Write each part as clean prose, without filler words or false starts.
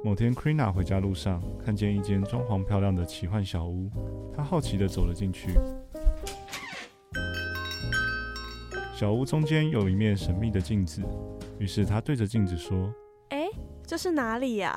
某天 Krina 回家路上看见一间装潢漂亮的奇幻小屋，她好奇地走了进去。小屋中间有一面神秘的镜子，于是她对着镜子说： 这是哪里呀？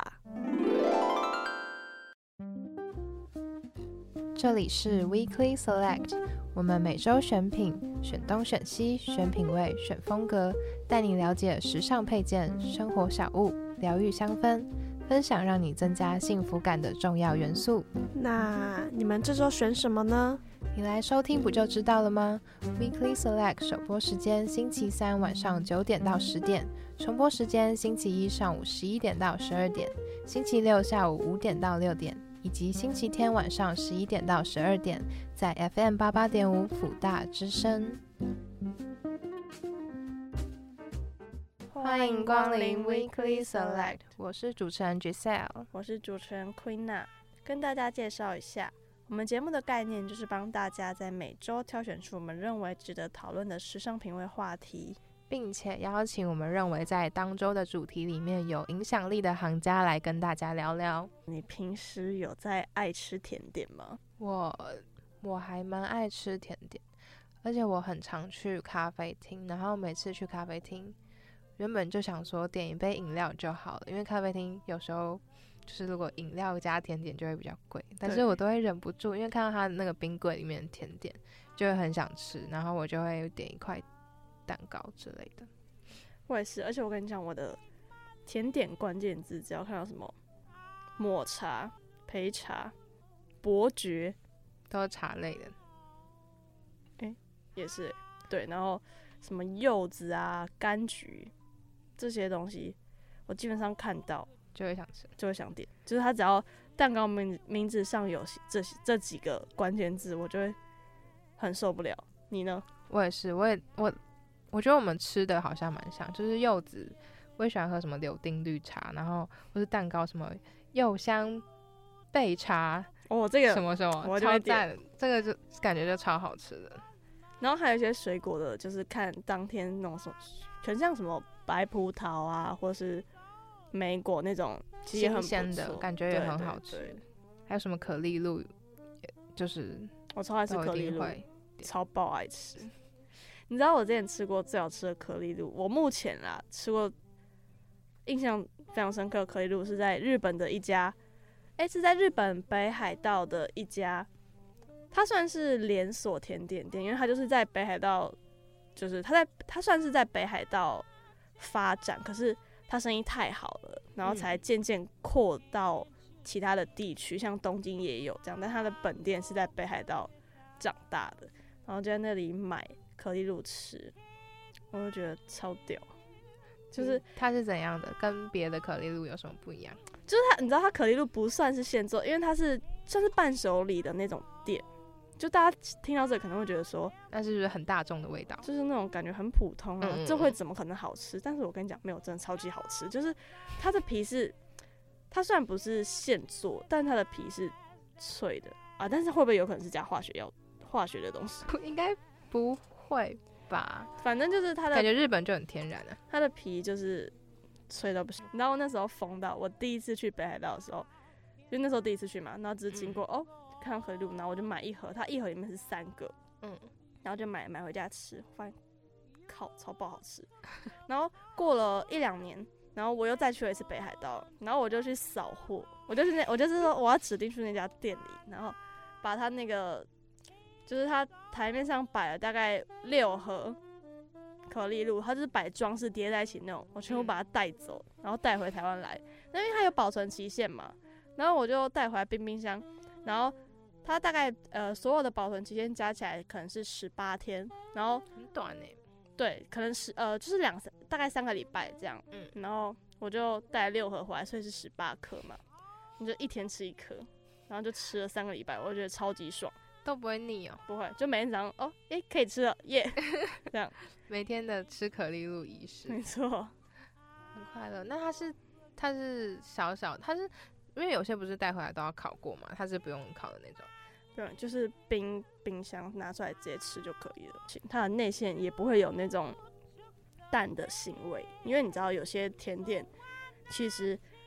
这里是 Weekly Select， 我们每周选品，选东选西，选品味，选风格，带你了解时尚配件、生活小物、疗愈香氛，分享让你增加幸福感的重要元素。 那你们这周选什么呢？ 你来收听不就知道了吗？ Weekly Select 首播时间星期三晚上9点到10点，重播时间星期一上午11点到12点，星期六下午5点到6点，以及星期天晚上11点到12点，在 FM88.5 辅大之声。欢迎光临 Weekly Select， 我是主持人 Giselle， 我是主持人 Queena， 跟大家介绍一下，我们节目的概念就是帮大家在每周挑选出我们认为值得讨论的时尚品味话题， 并且邀请我们认为在当周的主题里面有影响力的行家来跟大家聊聊。 你平时有在爱吃甜点吗？ 我还蛮爱吃甜点，而且我很常去咖啡厅，然后每次去咖啡厅原本就想说点一杯饮料就好了，因为咖啡厅有时候就是如果饮料加甜点就会比较贵，但是我都会忍不住，因为看到它那个冰柜里面的甜点就会很想吃，然后我就会点一块蛋糕之类的。 我也是，而且我跟你讲，我的甜点关键字只要看到什么抹茶、焙茶、伯爵， 都是茶类的。 也是对，然后什么柚子啊、柑橘这些东西，我基本上看到就会想吃， 就会想点。就是它只要蛋糕名字上有这几个关键字，我就会很受不了。你呢？ 我也是，我觉得我们吃的好像蛮像，就是柚子，我也喜欢喝什么柳丁绿茶，然后或是蛋糕什么柚香焙茶， 这个什么什么， 我就会点， 超赞，这个就感觉就超好吃的。 然后还有一些水果的，就是看当天那种什么，全像什么白葡萄啊，或是莓果那种，其实也很新鲜的感觉也很好吃。 对， 还有什么可丽露，就是我超爱吃可丽露，超爆爱吃。你知道我之前吃过最好吃的可丽露，我目前吃过印象非常深刻的可丽露是在日本的一家，是在日本北海道的一家。它算是连锁甜点店，因为它就是在北海道，就是它算是在北海道发展，可是它生意太好了，然后才渐渐扩到其他的地区，像东京也有这样，但它的本店是在北海道长大的，然后就在那里买可丽露吃，我就觉得超屌。就是它是怎样的？跟别的可丽露有什么不一样？ 就是你知道它可丽露不算是现做，因为它是算是伴手礼的那种店。就大家听到这可能会觉得说， 那是不是很大众的味道？ 就是那种感觉很普通啊，这会怎么可能好吃？但是我跟你讲，没有，真的超级好吃。就是它的皮是，它虽然不是现做，但它的皮是脆的啊。但是会不会有可能是加化学的东西？ 应该不会吧？ 反正就是它的感觉日本就很天然啊， 它的皮就是脆到不行。然后那时候疯到我第一次去北海道的时候，就那时候第一次去嘛，然后只是经过看到可丽露，然后我就买一盒，它一盒里面是3个，然后就买回家吃，发现靠超爆好吃。然后过了1-2年，然后我又再去了一次北海道，然后我就去扫货，我就是说我要指定去那家店里，然后把它那个就是它台面上摆了大概6盒可丽露，它就是摆装饰叠在一起那种，我全部把它带走，然后带回台湾来，因为它有保存期限嘛，然后我就带回来冰箱，然后它大概所有的保存期间加起来可能是18天，然后很短对，可能就是大概3个礼拜这样，然后我就带6盒回来，所以是18颗嘛，你就一天吃1颗，然后就吃了3个礼拜，我觉得超级爽， 都不会腻哦， 不会，就每天早上可以吃了耶，这样每天的吃可丽露仪式， 没错， 很快乐。那它是小小，它是因为有些不是带回来都要烤过嘛，它是不用烤的那种。 对，就是冰箱拿出来直接吃就可以了。它的内馅也不会有那种淡的腥味，因为你知道有些甜点其实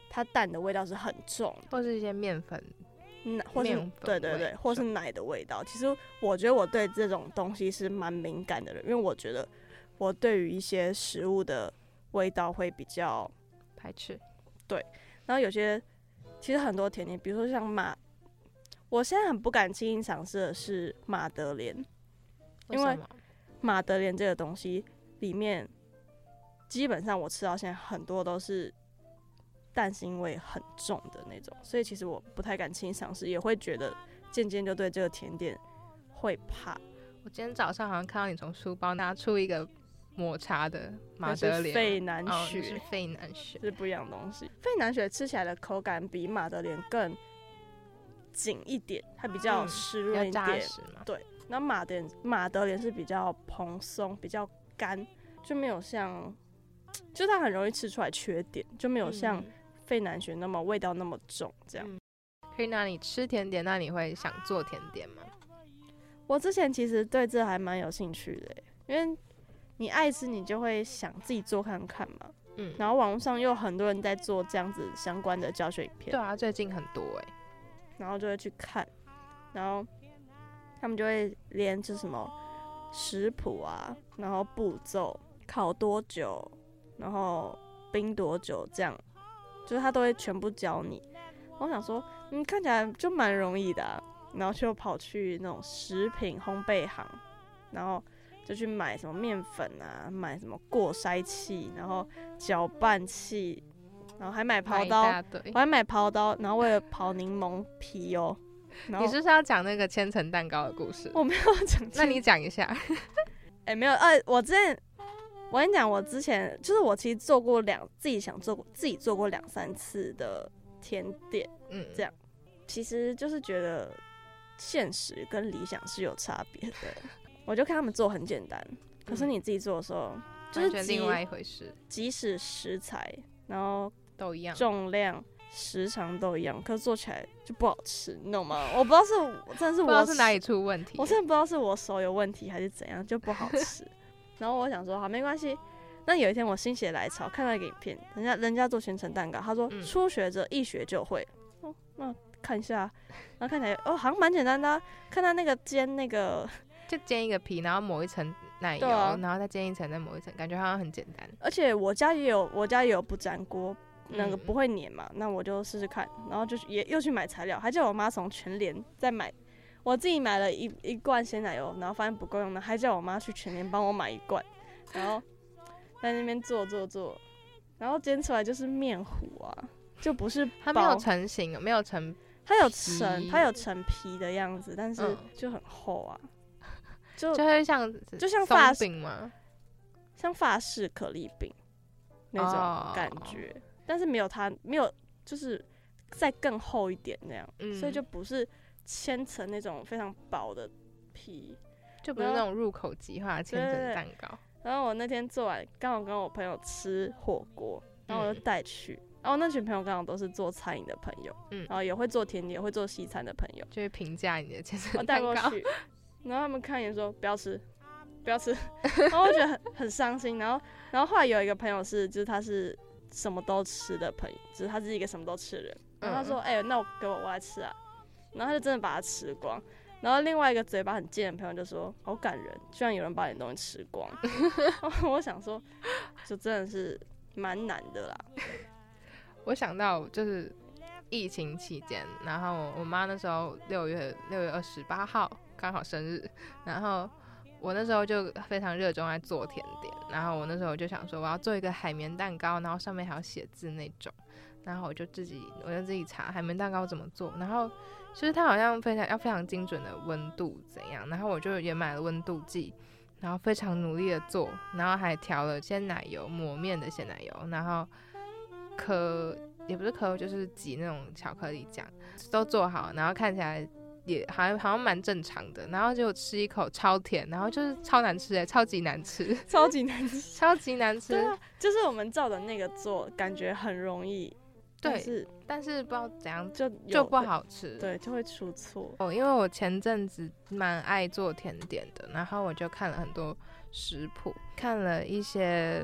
它蛋的味道是很重的， 或是一些面粉， 或是面粉对对对，或是奶的味道。其实我觉得我对这种东西是蛮敏感的人，因为我觉得我对于一些食物的味道会比较排斥。 对，然后有些其实很多甜点，比如说像我现在很不敢轻易尝试的是马德莲，因为马德莲这个东西里面，基本上我吃到现在很多都是蛋腥味很重的那种，所以其实我不太敢轻易尝试，也会觉得渐渐就对这个甜点会怕。 我今天早上好像看到你从书包拿出一个抹茶的马德莲， 费南雪， 是费南雪， 是不一样的东西。费南雪吃起来的口感比马德莲更紧一点，它比较湿润一点， 扎实嘛。 对，那马德莲是比较蓬松，比较干，就没有像，就它很容易吃出来缺点，就没有像费南雪那么味道那么重这样。 可以，那你吃甜点，那你会想做甜点吗？ 我之前其实对这还蛮有兴趣的，因为你爱吃，你就会想自己做看看嘛。然后网络上又有很多人在做这样子相关的教学影片。 对啊，最近很多然后就会去看，然后他们就会连就什么食谱啊，然后步骤，烤多久，然后冰多久，这样，就是他都会全部教你。我想说，看起来就蛮容易的啊，然后就跑去那种食品烘焙行，然后就去买什么面粉啊，买什么过筛器，然后搅拌器。然后还买刨刀，我还买刨刀，然后为了刨柠檬皮哦。 你是不是要讲那个千层蛋糕的故事？ 我没有讲， 那你讲一下。 没有，我跟你讲，我之前就是我其实做过自己做过2-3次的甜点，这样，其实就是觉得现实跟理想是有差别的。我就看他们做很简单，可是你自己做的时候，就是另外一回事。 即使食材，然后都一样， 重量、时长都一样，可是做起来就不好吃，你懂吗？我不知道真的是不知道是哪里出问题， 我真的不知道是我手有问题还是怎样，就不好吃。然后我想说，好，没关系。那有一天我心血来潮，看到一个影片，人家做千层蛋糕，他说初学者一学就会。那看一下，然后看起来好像蛮简单的啊。看他那个煎那个， 就煎一个皮，然后抹一层奶油，然后再煎一层，再抹一层，感觉好像很简单。 而且我家也有不粘锅。那个不会粘嘛，那我就试试看，然后就又去买材料，还叫我妈从全联再买，我自己买了一罐鲜奶油，然后发现不够用呢，还叫我妈去全联帮我买1罐，然后在那边做，然后煎出来就是面糊啊，就不是它没有成型，没有成， 它有成皮的样子，但是就很厚啊，就会像法饼吗？ 像法式可丽饼那种感觉。但是没有就是再更厚一点那样，所以就不是千层那种非常薄的皮， 就不是那种入口即化的千层蛋糕。 然后我那天做完，刚好跟我朋友吃火锅，然后我就带去，然后那群朋友刚好都是做餐饮的朋友，然后也会做甜点、会做西餐的朋友， 就会评价你的千层蛋糕。 我带过去，然后他们看一眼说不要吃，然后我觉得很伤心。然后后来有一个朋友就是他是什么都吃的朋友，就是他是一个什么都吃的人。然后他说：“那我来吃啊。”然后他就真的把它吃光。然后另外一个嘴巴很贱的朋友就说：“好感人，居然有人把你的东西吃光。”我想说，就真的是蛮难的啦。 我想到就是疫情期间，然后我妈那时候6月28号刚好生日，然后我那时候就非常热衷在做甜点，然后我那时候就想说我要做一个海绵蛋糕，然后上面还要写字那种，然后我就自己查海绵蛋糕怎么做，然后就是它好像非常精准的温度怎样，然后我就也买了温度计，然后非常努力的做，然后还调了鲜奶油抹面的鲜奶油，然后也不是就是挤那种巧克力酱，都做好，然后看起来也好像蛮正常的，然后就吃一口超甜，然后就是超难吃超级难吃， 超级难吃。对啊，就是我们照的那个做，感觉很容易， 对，但是不知道怎样就不好吃， 对，就会出错。 因为我前阵子蛮爱做甜点的，然后我就看了很多食谱，看了一些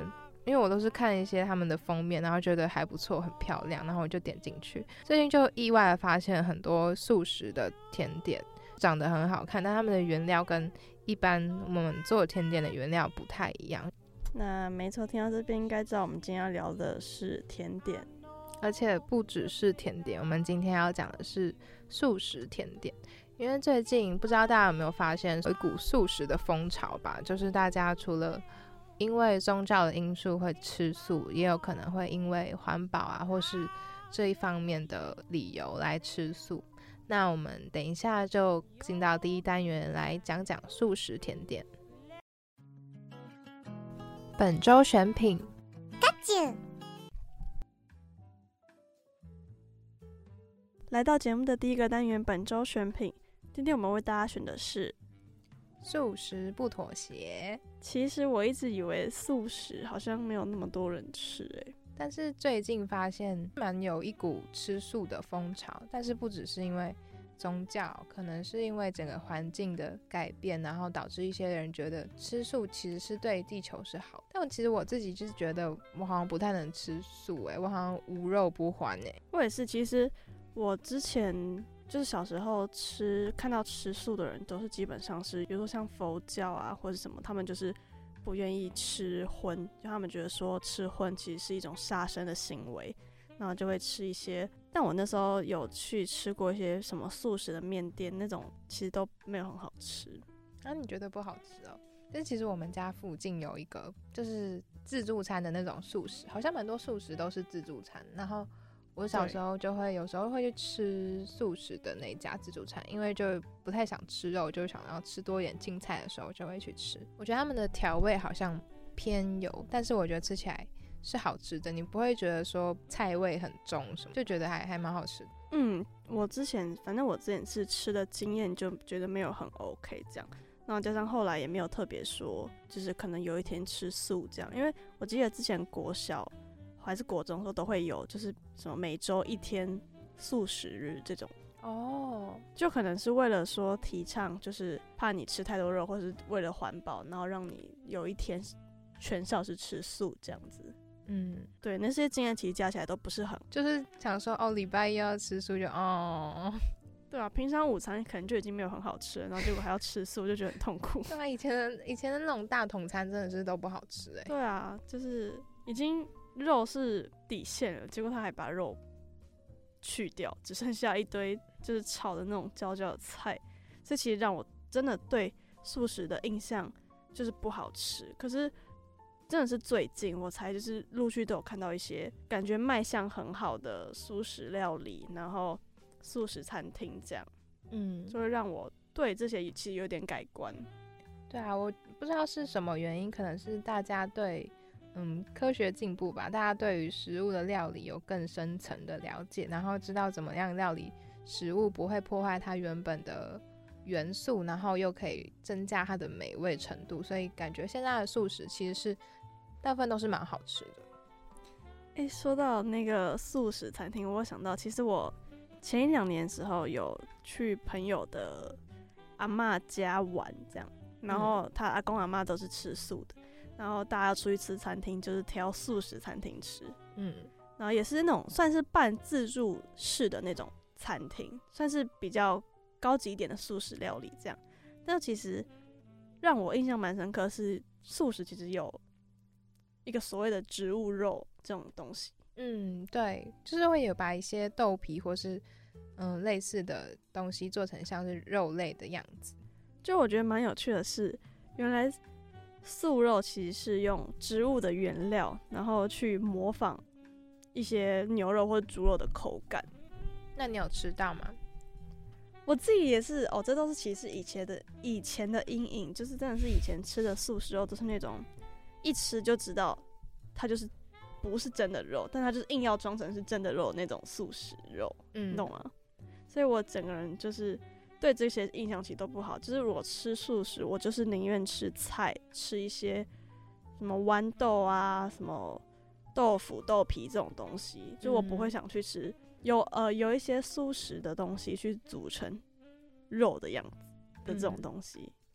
因为我都是看一些他们的封面，然后觉得还不错，很漂亮，然后我就点进去。最近就意外的发现很多素食的甜点长得很好看，但他们的原料跟一般我们做甜点的原料不太一样。 那没错，听到这边应该知道我们今天要聊的是甜点， 而且不只是甜点，我们今天要讲的是素食甜点。因为最近不知道大家有没有发现有一股素食的风潮吧，就是大家除了因为宗教的因素会吃素，也有可能会因为环保啊或是这一方面的理由来吃素。那我们等一下就进到第一单元来讲讲素食甜点。本周选品来到节目的第一个单元，本周选品。今天我们为大家选的是素食不妥协。 其实我一直以为素食好像没有那么多人吃但是最近发现蛮有一股吃素的风潮，但是不只是因为宗教，可能是因为整个环境的改变，然后导致一些人觉得吃素其实是对地球是好。但其实我自己就是觉得我好像不太能吃素我好像无肉不欢我也是，其实我之前就是小时候看到吃素的人都是基本上是比如说像佛教啊或者什么，他们就是不愿意吃荤，就他们觉得说吃荤其实是一种杀生的行为，然后就会吃一些。但我那时候有去吃过一些什么素食的面店，那种其实都没有很好吃。 你觉得不好吃哦？但其实我们家附近有一个就是自助餐的那种素食，好像蛮多素食都是自助餐，然后我小时候就会有时候会去吃素食的那一家自助餐，因为就不太想吃肉，就想要吃多一点青菜的时候就会去吃。我觉得他们的调味好像偏油，但是我觉得吃起来是好吃的，你不会觉得说菜味很重什么，就觉得还蛮好吃的。 反正我之前是吃的经验就觉得没有很 OK 这样，然后加上后来也没有特别说就是可能有一天吃素这样，因为我记得之前国小还是国中的时候都会有就是什么每周一天素食日这种就可能是为了说提倡就是怕你吃太多肉，或是为了环保，然后让你有一天全校是吃素这样子。对，那些经验其实加起来都不是很， 就是想说礼拜一要吃素就对啊，平常午餐可能就已经没有很好吃了，然后结果还要吃素，就觉得很痛苦。 对啊，以前的那种大桶餐真的是都不好吃对啊，就是已经肉是底线了，结果他还把肉去掉，只剩下一堆就是炒的那种焦焦的菜，这其实让我真的对素食的印象就是不好吃。可是真的是最近我才就是陆续都有看到一些感觉卖相很好的素食料理，然后素食餐厅这样，就会让我对这些其实有点改观。 对啊，我不知道是什么原因，可能是大家对科学进步吧，大家对于食物的料理有更深层的了解，然后知道怎么样料理食物不会破坏它原本的元素，然后又可以增加它的美味程度，所以感觉现在的素食其实是大部分都是蛮好吃的。 说到那个素食餐厅，我想到其实我前1-2年的时候有去朋友的阿嬷家玩这样，然后他阿公阿嬷都是吃素的，然后大家出去吃餐厅就是挑素食餐厅吃，然后也是那种算是半自助式的那种餐厅，算是比较高级一点的素食料理这样。但其实让我印象蛮深刻是素食其实有一个所谓的植物肉这种东西。 对，就是会有把一些豆皮或是类似的东西做成像是肉类的样子。 就我觉得蛮有趣的是，原来素肉其实是用植物的原料，然後去模仿一些牛肉或猪肉的口感。 那你有吃到吗？ 我自己也是这都是其实以前的阴影，就是真的是以前吃的素食肉都是那种一吃就知道它就是不是真的肉，但它就是硬要装成是真的肉那种素食肉，你懂吗？所以我整个人就是对这些印象其实都不好，就是我吃素食，我就是宁愿吃菜，吃一些什么豌豆啊、什么豆腐、豆皮这种东西，就我不会想去吃有一些素食的东西去组成肉的样子的这种东西。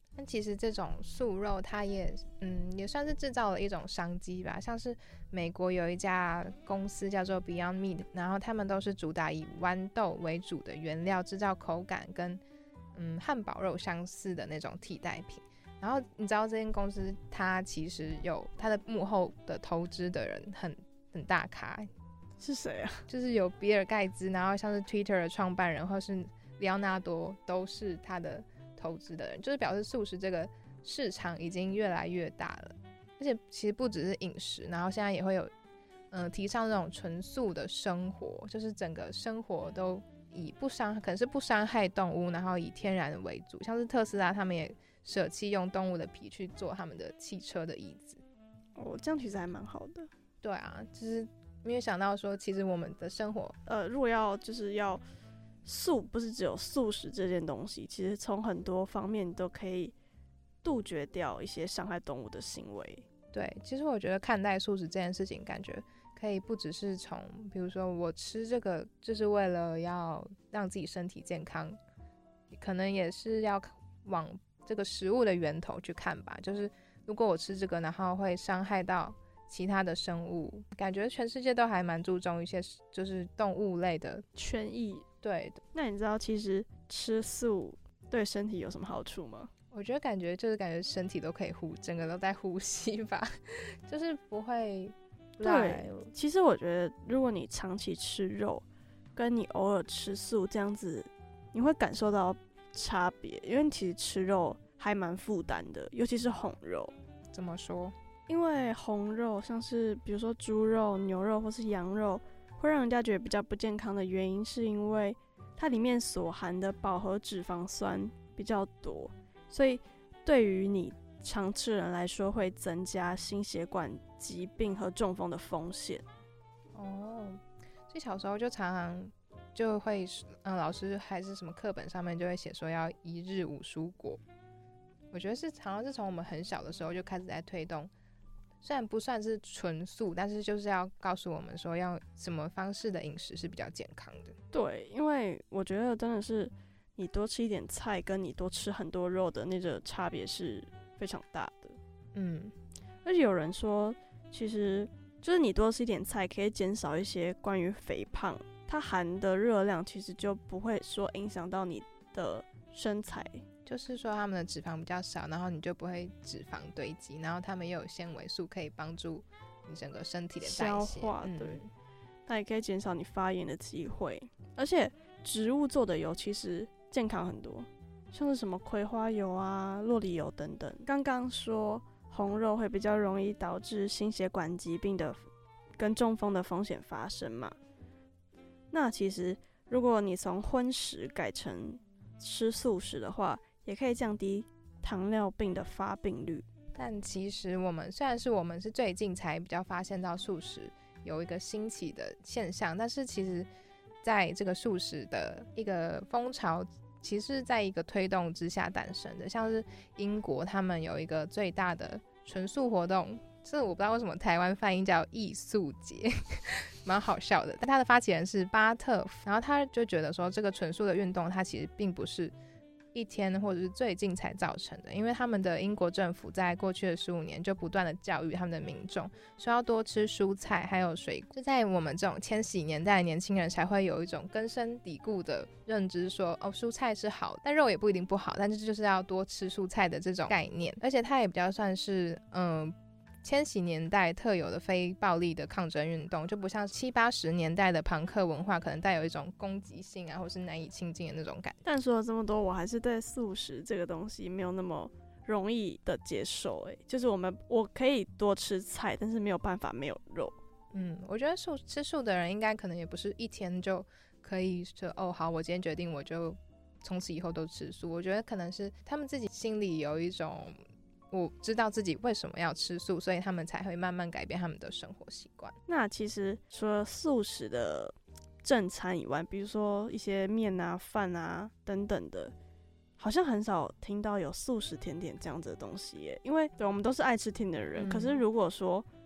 但其实这种素肉它也算是制造了一种商机吧，像是美国有一家公司叫做 Beyond Meat， 然后他们都是主打以豌豆为主的原料制造口感跟汉堡肉相似的那种替代品。然后你知道这间公司它其实有它的幕后的投资的人很大咖， 是谁啊？ 就是有比尔盖茨，然后像是 Twitter 的创办人或是里奥纳多都是他的投资的人，就是表示素食这个市场已经越来越大了。而且其实不只是饮食，然后现在也会有提倡这种纯素的生活，就是整个生活都以可能是不伤害动物，然后以天然为主。像是特斯拉他们也舍弃用动物的皮去做他们的汽车的椅子。 这样其实还蛮好的。 对啊，就是没有想到说其实我们的生活如果要素，不是只有素食这件东西，其实从很多方面都可以杜绝掉一些伤害动物的行为。 对，其实我觉得看待素食这件事情，感觉可以不只是从比如说我吃这个就是为了要让自己身体健康，可能也是要往这个食物的源头去看吧。就是如果我吃这个然后会伤害到其他的生物，感觉全世界都还蛮注重一些就是动物类的权益。 对， 那你知道其实吃素对身体有什么好处吗？ 我觉得感觉身体都可以整个都在呼吸吧，就是不会对。其实我觉得如果你长期吃肉跟你偶尔吃素这样子，你会感受到差别，因为其实吃肉还蛮负担的，尤其是红肉。 怎么说？ 因为红肉像是比如说猪肉、牛肉或是羊肉，会让人家觉得比较不健康的原因是因为它里面所含的饱和脂肪酸比较多，所以对于你常吃人来说会增加心血管疾病和中风的风险。 所以小时候就常常就会老师还是什么课本上面就会写说要1日5蔬果。我觉得好像是从我们很小的时候就开始在推动，虽然不算是纯素，但是就是要告诉我们说要什么方式的饮食是比较健康的。 对，因为我觉得真的是你多吃一点菜跟你多吃很多肉的那个差别是非常大的。而且有人说其实就是你多吃一点菜可以减少一些关于肥胖，它含的热量其实就不会说影响到你的身材， 就是说他们的脂肪比较少，然后你就不会脂肪堆积，然后他们又有纤维素可以帮助你整个身体的代谢消化。对，那也可以减少你发炎的机会。而且植物做的油其实健康很多，像是什么葵花油啊、酪梨油等等。刚刚说红肉会比较容易导致心血管疾病的跟中风的风险发生嘛，那其实如果你从荤食改成吃素食的话，也可以降低糖尿病的发病率。 但其实虽然我们是最近才比较发现到素食有一个兴起的现象，但是其实在这个素食的一个风潮其实是在一个推动之下诞生的。像是英国他们有一个最大的纯素活动，这我不知道为什么台湾翻译叫艺素节蛮好笑的。但他的发起人是巴特，然后他就觉得说这个纯素的运动它其实并不是一天或者是最近才造成的，因为他们的英国政府在过去的15年就不断的教育他们的民众说要多吃蔬菜还有水果，就在我们这种千禧年代的年轻人才会有一种根深蒂固的认知说蔬菜是好，但肉也不一定不好，但是就是要多吃蔬菜的这种概念。而且它也比较算是千禧年代特有的非暴力的抗争运动，就不像70、80年代的朋克文化可能带有一种攻击性啊，或是难以亲近的那种感觉。 但说了这么多，我还是对素食这个东西没有那么容易的接受。就是我可以多吃菜，但是没有办法没有肉。 我觉得吃素的人应该可能也不是一天就可以说好，我今天决定我就从此以后都吃素。我觉得可能是他们自己心里有一种我知道自己为什么要吃素，所以他们才会慢慢改变他们的生活习惯。 那其实除了素食的正餐以外，比如说一些面啊、饭啊等等的，好像很少听到有素食甜点这样子的东西耶。因为对我们都是爱吃甜的人，可是如果说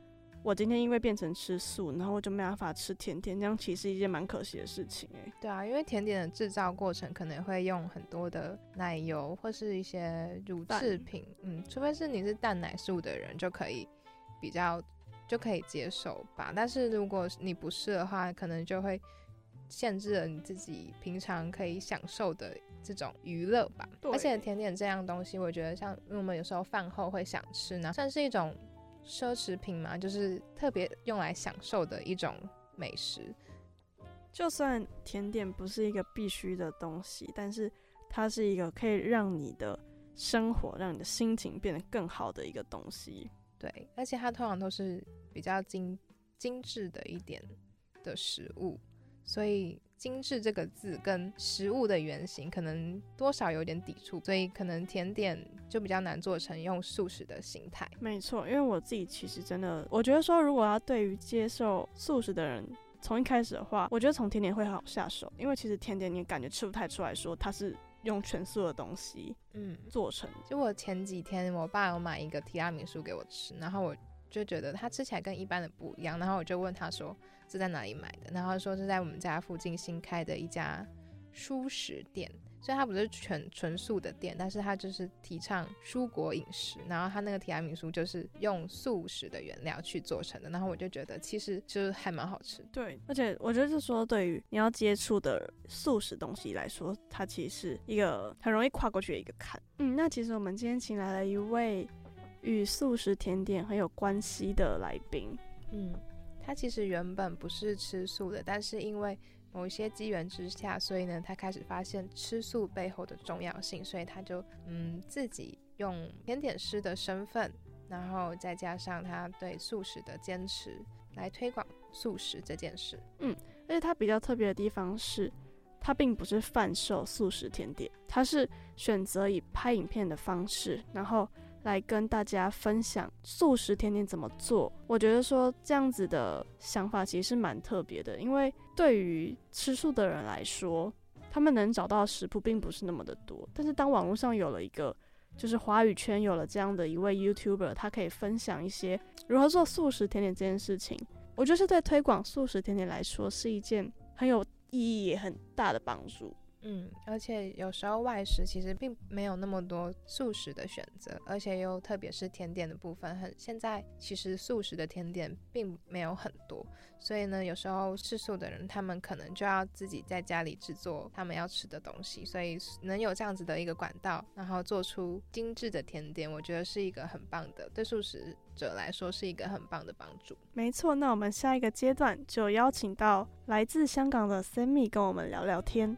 我今天因为变成吃素，然后我就没办法吃甜点，这样其实是一件蛮可惜的事情对啊，因为甜点的制造过程可能会用很多的奶油或是一些乳制品，除非是你是蛋奶素的人就可以接受吧。但是如果你不是的话，可能就会限制了你自己平常可以享受的这种娱乐吧。而且甜点这样东西，我觉得像我们有时候饭后会想吃呢，算是一种奢侈品嘛，就是特别用来享受的一种美食。 就算甜点不是一个必须的东西，但是它是一个可以让你的生活、让你的心情变得更好的一个东西。 对，而且它通常都是比较精致的一点的食物，所以精致这个字跟食物的原型可能多少有点抵触，所以可能甜点就比较难做成用素食的形态。 没错，因为我自己其实真的，我觉得说如果要对于接受素食的人从一开始的话，我觉得从甜点会好下手，因为其实甜点你感觉吃不太出来说它是用全素的东西做成。 就我前几天我爸有买一个提拉米苏给我吃，然后我就觉得它吃起来跟一般的不一样，然后我就问他说是在哪里买的，然后说是在我们家附近新开的一家蔬食店，所以它不是纯素的店，但是它就是提倡蔬果饮食，然后它那个提拉米苏就是用素食的原料去做成的，然后我就觉得其实就是还蛮好吃。 对，而且我觉得是说对于你要接触的素食东西来说，它其实是一个很容易跨过去的一个坎。那其实我们今天请来了一位与素食甜点很有关系的来宾。 他其实原本不是吃素的，但是因为某一些机缘之下，所以呢他开始发现吃素背后的重要性，所以他就自己用甜点师的身份，然后再加上他对素食的坚持来推广素食这件事。 而且他比较特别的地方是，他并不是贩售素食甜点，他是选择以拍影片的方式，然后来跟大家分享素食甜点怎么做。我觉得说这样子的想法其实是蛮特别的，因为对于吃素的人来说，他们能找到的食谱并不是那么的多，但是当网络上有了一个就是华语圈有了这样的一位 YouTuber， 他可以分享一些如何做素食甜点这件事情，我觉得是对推广素食甜点来说是一件很有意义也很大的帮助。 而且有时候外食其实并没有那么多素食的选择，而且又特别是甜点的部分，现在其实素食的甜点并没有很多，所以呢有时候吃素的人他们可能就要自己在家里制作他们要吃的东西，所以能有这样子的一个管道，然后做出精致的甜点，我觉得是一个很棒的，对素食者来说是一个很棒的帮助。 没错，那我们下一个阶段就邀请到来自香港的 Sammy 跟我们聊聊天。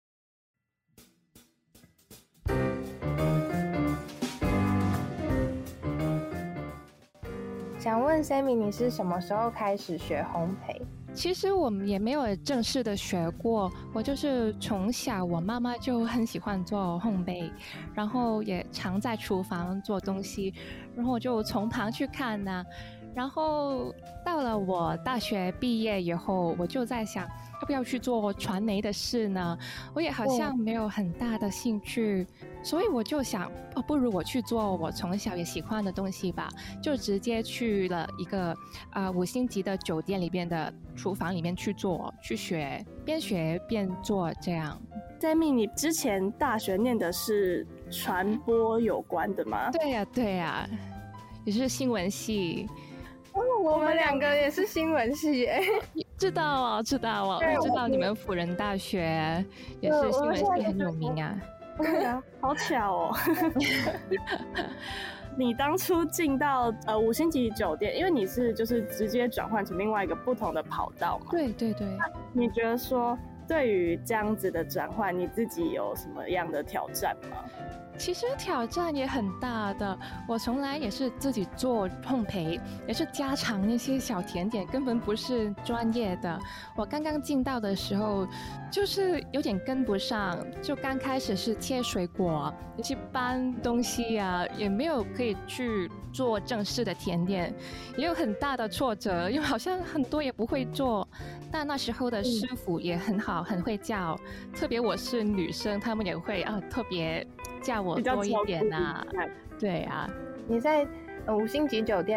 想问 Sammy， 你是什么时候开始学烘焙？ 其实我们也没有正式的学过，我就是从小我妈妈就很喜欢做烘焙，然后也常在厨房做东西，然后我就从旁去看啊，然后到了我大学毕业以后，我就在想要不要去做传媒的事呢？我也好像没有很大的兴趣，所以我就想，不如我去做我从小也喜欢的东西吧，就直接去了一个5星级的酒店里边的厨房里面去做，去学，边学边做这样。 Sammy， 你之前大学念的是传播有关的吗？ 对呀，也是新闻系。 我们两个也是新闻系耶。 知道啊，我知道你们辅仁大学也是新闻系很有名啊。 对啊，好巧哦。你当初进到5星级酒店，因为你是就是直接转换成另外一个不同的跑道嘛？ 对。 你觉得说对于这样子的转换，你自己有什么样的挑战吗？ 其实挑战也很大的，我从来也是自己做烘焙，也是家常那些小甜点，根本不是专业的。我刚刚进到的时候，就是有点跟不上，就刚开始是切水果，去搬东西啊，也没有可以去做正式的甜点，也有很大的挫折，因为好像很多也不会做。但那时候的师傅也很好，很会教，特别我是女生，他们也会特别叫我多一点啊。对啊， 你在5星级酒店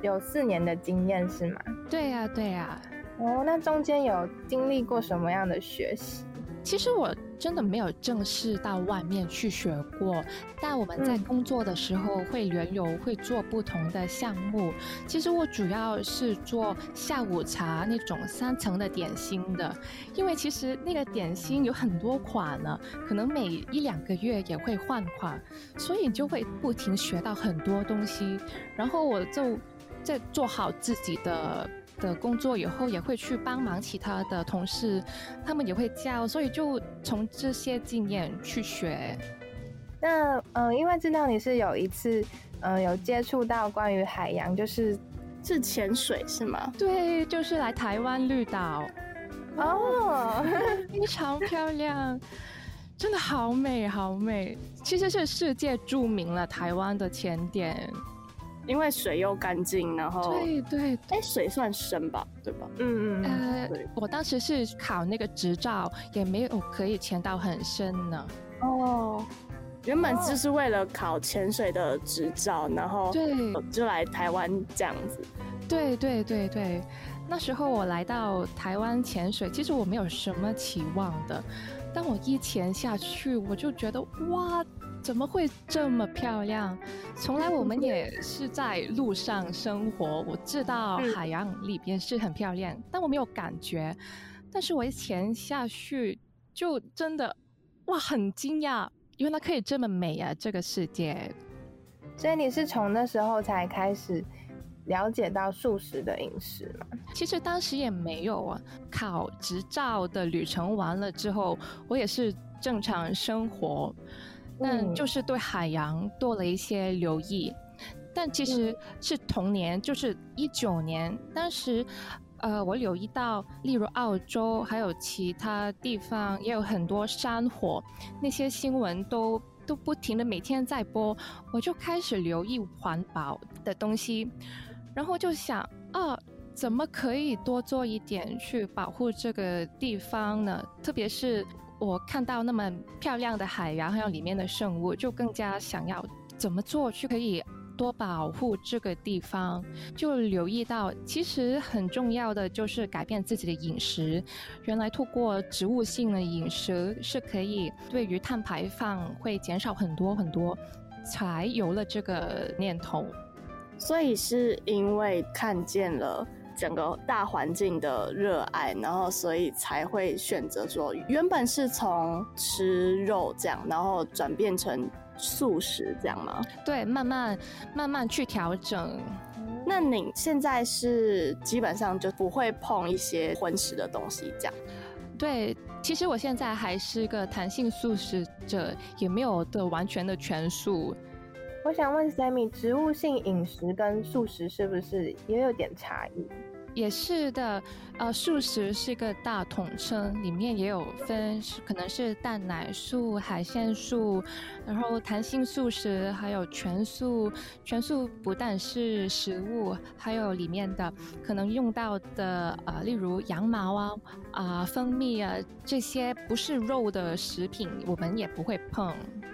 有4年的经验是吗？ 对呀，对呀。 哦，那中间有经历过什么样的学习？ 其实我真的没有正式到外面去学过，但我们在工作的时候会轮流会做不同的项目。其实我主要是做下午茶那种3层的点心的，因为其实那个点心有很多款呢，可能每1-2个月也会换款，所以你就会不停学到很多东西。然后我就在做好自己的工作以后，也会去帮忙其他的同事，他们也会教，所以就从这些经验去学。 那因为知道你是有一次有接触到关于海洋，是潜水是吗？ 对，就是来台湾绿岛。 哦， 非常漂亮，真的好美好美。其实是世界著名了台湾的潜点。 因为水又干净，然后对， 水算深吧，对吧？ 我当时是考那个执照，也没有可以潜到很深呢。 哦，原本就是为了考潜水的执照，然后就来台湾这样子。 对，那时候我来到台湾潜水，其实我没有什么期望的，当我一潜下去，我就觉得哇，怎么会这么漂亮？从来我们也是在路上生活，我知道海洋里边是很漂亮，但我没有感觉。但是我一潜下去，就真的哇，很惊讶，原来可以这么美啊，这个世界。 所以你是从那时候才开始了解到素食的饮食吗？ 其实当时也没有啊，考执照的旅程完了之后，我也是正常生活。但就是对海洋多了一些留意，但其实是同年，就是19年，当时我留意到，例如澳洲还有其他地方也有很多山火，那些新闻都不停的每天在播，我就开始留意环保的东西，然后就想怎么可以多做一点去保护这个地方呢？特别是我看到那么漂亮的海洋还有里面的生物，就更加想要怎么做去可以多保护这个地方。就留意到其实很重要的就是改变自己的饮食，原来透过植物性的饮食是可以对于碳排放会减少很多很多，才有了这个念头。 所以是因为看见了整个大环境的热爱，然后所以才会选择说，原本是从吃肉这样，然后转变成素食这样吗？ 对，慢慢去调整。 那你现在是基本上就不会碰一些荤食的东西这样？ 对，其实我现在还是个弹性素食者，也没有的完全的全素。 我想问 Sammy， 植物性饮食跟素食是不是也有点差异？ 也是的，素食是个大统称，里面也有分，可能是蛋奶素、海鲜素，然后弹性素食，还有全素。全素不但是食物，还有里面的可能用到的例如羊毛蜂蜜啊，这些不是肉的食品，我们也不会碰。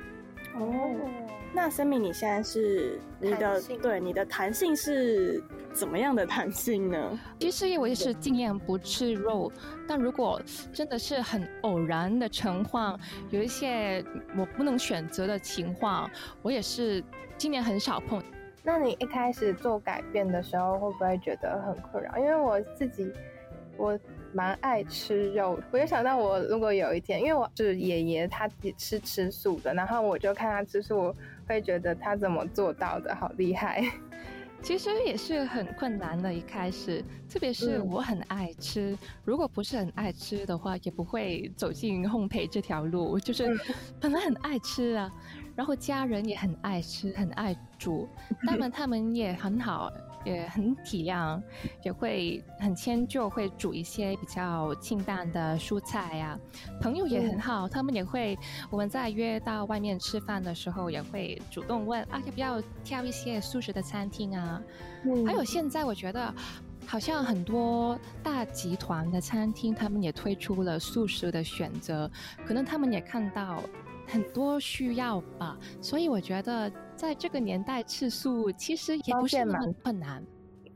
那Sammy，你现在是你的弹性是怎么样的弹性呢？ 其实我也是尽量不吃肉，但如果真的是很偶然的情况，有一些我不能选择的情况，我也是尽量很少碰。 那你一开始做改变的时候，会不会觉得很困扰？因为我蛮爱吃肉，我就想到我如果有一天，因为我是爷爷，他也是吃素的，然后我就看他吃素，我会觉得他怎么做到的，好厉害。 其实也是很困难的，一开始，特别是我很爱吃，如果不是很爱吃的话，也不会走进烘焙这条路。就是本来很爱吃啊，然后家人也很爱吃，很爱煮，当然他们也很好，也很体谅，也会很迁就，会煮一些比较清淡的蔬菜啊。朋友也很好，他们也会，我们在约到外面吃饭的时候，也会主动问要不要挑一些素食的餐厅啊。还有现在我觉得好像很多大集团的餐厅，他们也推出了素食的选择，可能他们也看到很多需要吧，所以我觉得在这个年代吃素其实也不是那么困难。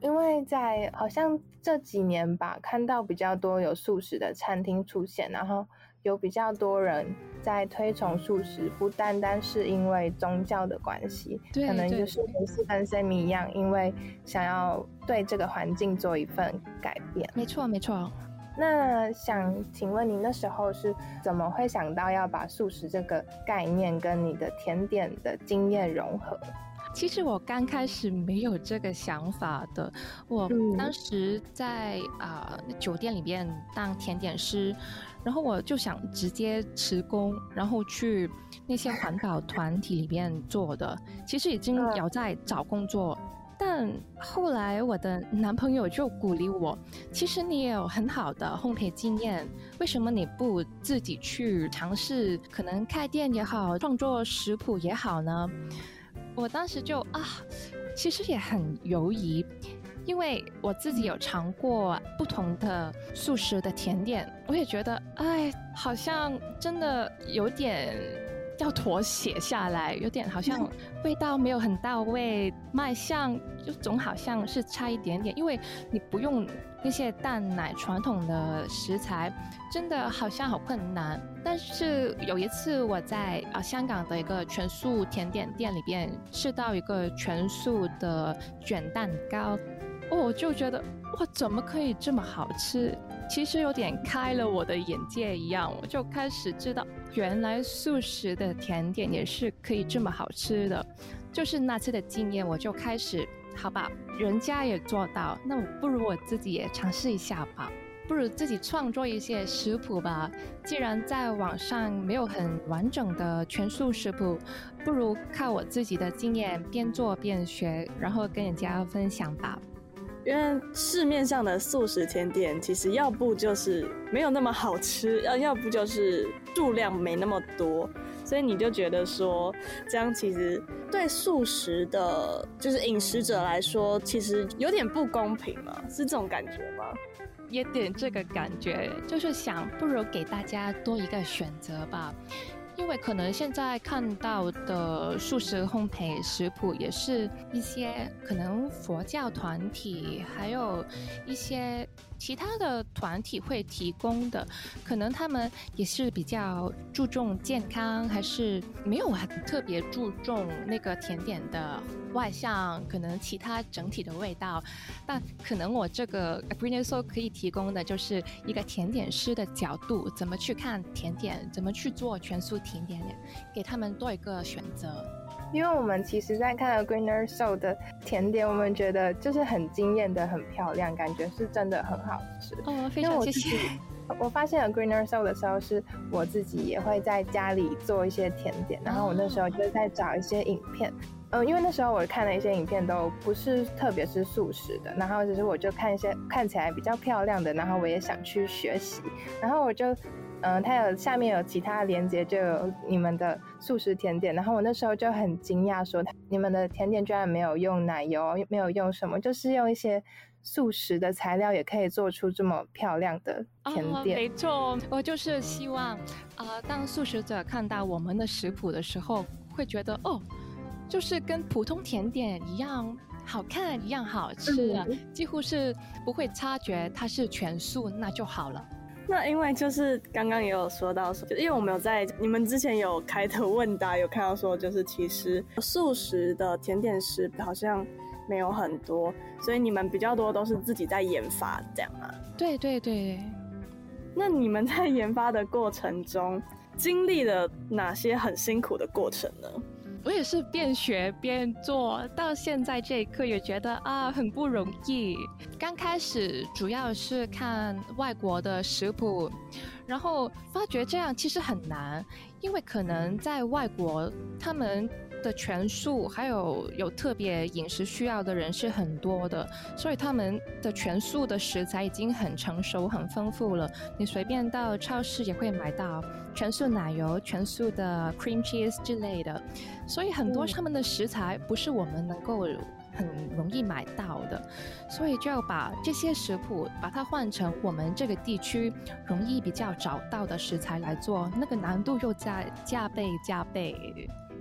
因为在好像这几年吧，看到比较多有素食的餐厅出现，然后有比较多人在推崇素食，不单单是因为宗教的关系，可能就是也是跟 Sammy 一样，因为想要对这个环境做一份改变。 没错没错。 那想请问你那时候是怎么会想到要把素食这个概念跟你的甜点的经验融合？ 其实我刚开始没有这个想法的，我当时在酒店里面当甜点师，然后我就想直接辞工，然后去那些环保团体里面做的。其实已经有在找工作，但后来我的男朋友就鼓励我，其实你也有很好的烘焙经验，为什么你不自己去尝试，可能开店也好，创作食谱也好呢？我当时就其实也很犹疑，因为我自己有尝过不同的素食的甜点，我也觉得好像真的有点要妥协下来，有点好像味道没有很到位，卖相就总好像是差一点点，因为你不用那些蛋奶传统的食材，真的好像好困难。但是有一次我在香港的一个全素甜点店里边吃到一个全素的卷蛋糕，我就觉得哇，怎么可以这么好吃？其实有点开了我的眼界一样，我就开始知道原来素食的甜点也是可以这么好吃的。就是那次的经验，我就开始好吧，人家也做到，那我不如我自己也尝试一下吧，不如自己创作一些食谱吧。既然在网上没有很完整的全素食谱，不如靠我自己的经验边做边学，然后跟人家分享吧。 因为市面上的素食甜点其实要不就是没有那么好吃，要不就是数量没那么多，所以你就觉得说这样其实对素食的就是饮食者来说其实有点不公平嘛，是这种感觉吗？ 有点这个感觉，就是想不如给大家多一个选择吧。因为可能现在看到的素食烘焙食谱也是一些可能佛教团体还有一些其他的团体会提供的，可能他们也是比较注重健康，还是没有很特别注重那个甜点的外向，可能其他整体的味道。但可能我这个 Greener Soul 可以提供的就是一个甜点师的角度，怎么去看甜点，怎么去做全素甜点，给他们多一个选择。 因为我们其实在看了 Greener Soul 的甜点，我们觉得就是很惊艳的，很漂亮，感觉是真的很好吃。 非常谢谢。 我发现了 Greener Soul 的时候，是我自己也会在家里做一些甜点，然后我那时候就在找一些影片。因为那时候我看了一些影片，都不是特别是素食的，然后只是我就看一些看起来比较漂亮的，然后我也想去学习，然后我就它有下面有其他连结，就有你们的素食甜点，然后我那时候就很惊讶，说你们的甜点居然没有用奶油，没有用什么，就是用一些素食的材料也可以做出这么漂亮的甜点。 没错，我就是希望当素食者看到我们的食谱的时候，会觉得就是跟普通甜点一样好看，一样好吃几乎是不会察觉它是全素，那就好了。 那因为就是刚刚也有说到说，因为我们有在你们之前有开的问答有看到说，就是其实素食的甜点师好像没有很多，所以你们比较多都是自己在研发这样啊？ 对对对。 那你们在研发的过程中经历了哪些很辛苦的过程呢？ 我也是边学边做，到现在这一刻也觉得很不容易。刚开始主要是看外国的食谱，然后发觉这样其实很难，因为可能在外国他们的全素还有特别饮食需要的人是很多的，所以他们的全素的食材已经很成熟很丰富了，你随便到超市也会买到全素奶油、全素的 cream cheese 之类的，所以很多他们的食材不是我们能够很容易买到的，所以就要把这些食谱把它换成我们这个地区容易比较找到的食材来做，那个难度又在加倍。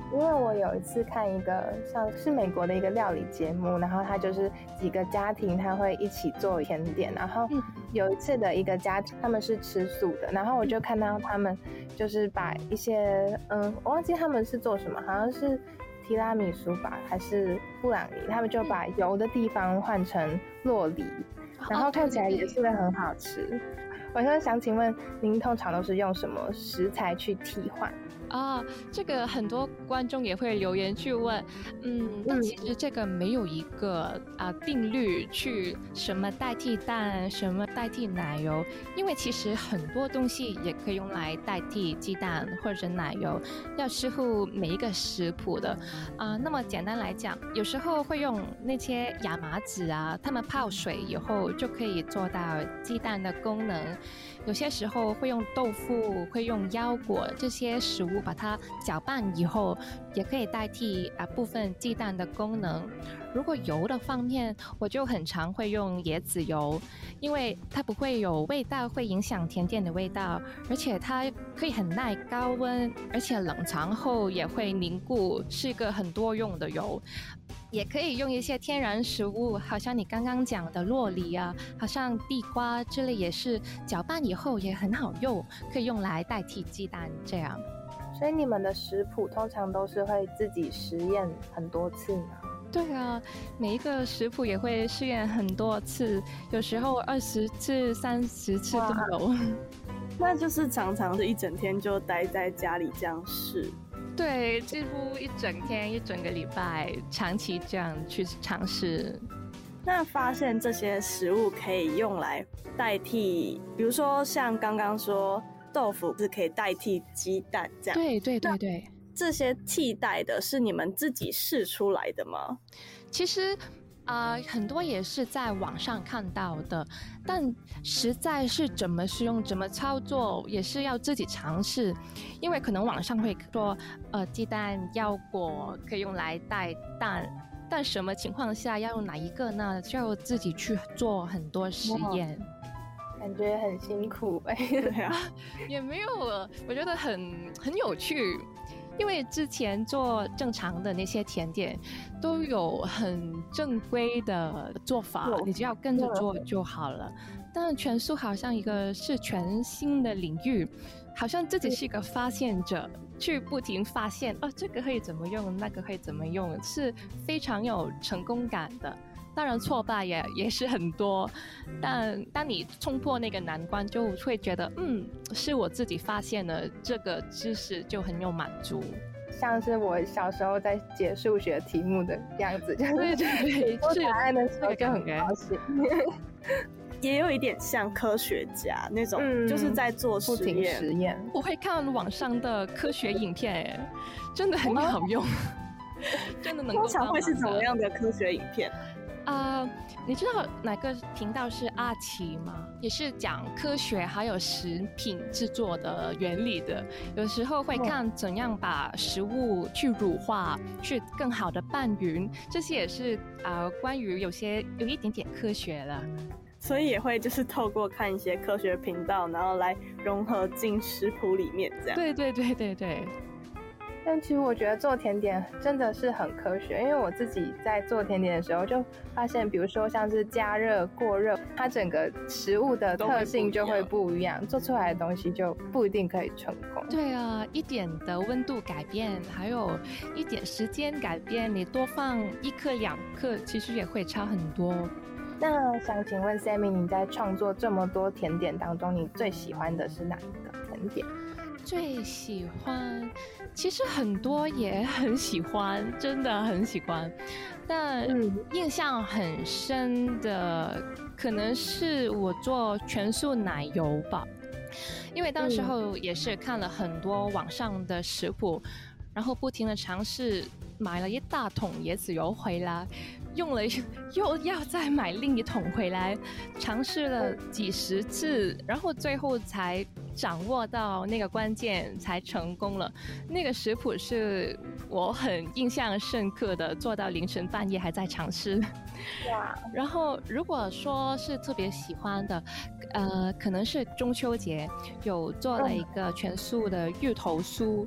因为我有一次看一个像是美国的一个料理节目，然后他就是几个家庭他会一起做甜点，然后有一次的一个家庭他们是吃素的，然后我就看到他们就是把一些我忘记他们是做什么，好像是提拉米苏吧还是布朗尼，他们就把油的地方换成酪梨，然后看起来也是会很好吃。我就想请问您通常都是用什么食材去替换？ 这个很多观众也会留言去问，但其实这个没有一个定律去什么代替蛋，什么代替奶油，因为其实很多东西也可以用来代替鸡蛋或者奶油，要视乎每一个食谱的那么简单来讲，有时候会用那些亚麻籽他们泡水以后就可以做到鸡蛋的功能。有些时候会用豆腐，会用腰果这些食物把它搅拌以后，也可以代替部分鸡蛋的功能。如果油的方面，我就很常会用椰子油，因为它不会有味道，会影响甜点的味道，而且它可以很耐高温，而且冷藏后也会凝固，是一个很多用的油。也可以用一些天然食物，好像你刚刚讲的酪梨好像地瓜之类，也是搅拌以后也很好用，可以用来代替鸡蛋这样。 所以你们的食谱通常都是会自己实验很多次吗？ 对啊，每一个食谱也会试验很多次，有时候20次、30次都有。 那就是常常是一整天就待在家里这样试。 对，几乎一整天、一整个礼拜，长期这样去尝试。 那发现这些食物可以用来代替，比如说像刚刚说豆腐是可以代替鸡蛋这样。 对对对对。 这些替代的是你们自己试出来的吗？ 其实很多也是在网上看到的，但实在是怎么使用、怎么操作，也是要自己尝试。因为可能网上会说，鸡蛋、腰果可以用来代蛋，但什么情况下要用哪一个呢？就要自己去做很多实验。 感觉很辛苦对啊， 也没有，我觉得很有趣。因为之前做正常的那些甜点都有很正规的做法，你只要跟着做就好了。但全素好像是全新的领域，好像自己是一个发现者，去不停发现这个可以怎么用，那个可以怎么用，是非常有成功感的。当然挫败也是很多，但当你冲破那个难关，就会觉得是我自己发现了这个知识，就很有满足。 像是我小时候在解数学题目的样子，就是对， 做答案的时候就很高兴。 也有一点像科学家那种，就是在做实验。 我会看网上的科学影片，真的很好用，真的能够。 通常会是怎么样的科学影片？ 你知道哪个频道是阿奇吗？也是讲科学还有食品制作的原理的。有时候会看怎样把食物去乳化，去更好的拌匀，这些也是关于有一点点科学了。 所以也会就是透过看一些科学频道，然后来融合进食谱里面，这样。 对对对对对。 但其实我觉得做甜点真的是很科学，因为我自己在做甜点的时候就发现，比如说像是加热、过热，它整个食物的特性就会不一样，做出来的东西就不一定可以成功。 对啊，一点的温度改变，还有一点时间改变，你多放1克2克，其实也会差很多。 那想请问 Sammy， 你在创作这么多甜点当中，你最喜欢的是哪一个甜点？ 最喜欢，其实很多也很喜欢，真的很喜欢。但印象很深的，可能是我做全素奶油吧，因为当时候也是看了很多网上的食谱，然后不停的尝试，买了一大桶椰子油回来，用了又要再买另一桶回来，尝试了几十次，然后最后才掌握到那个关键，才成功了。那个食谱是我很印象深刻的，做到凌晨半夜还在尝试。 哇！ 然后如果说是特别喜欢的，可能是中秋节有做了一个全素的芋头酥。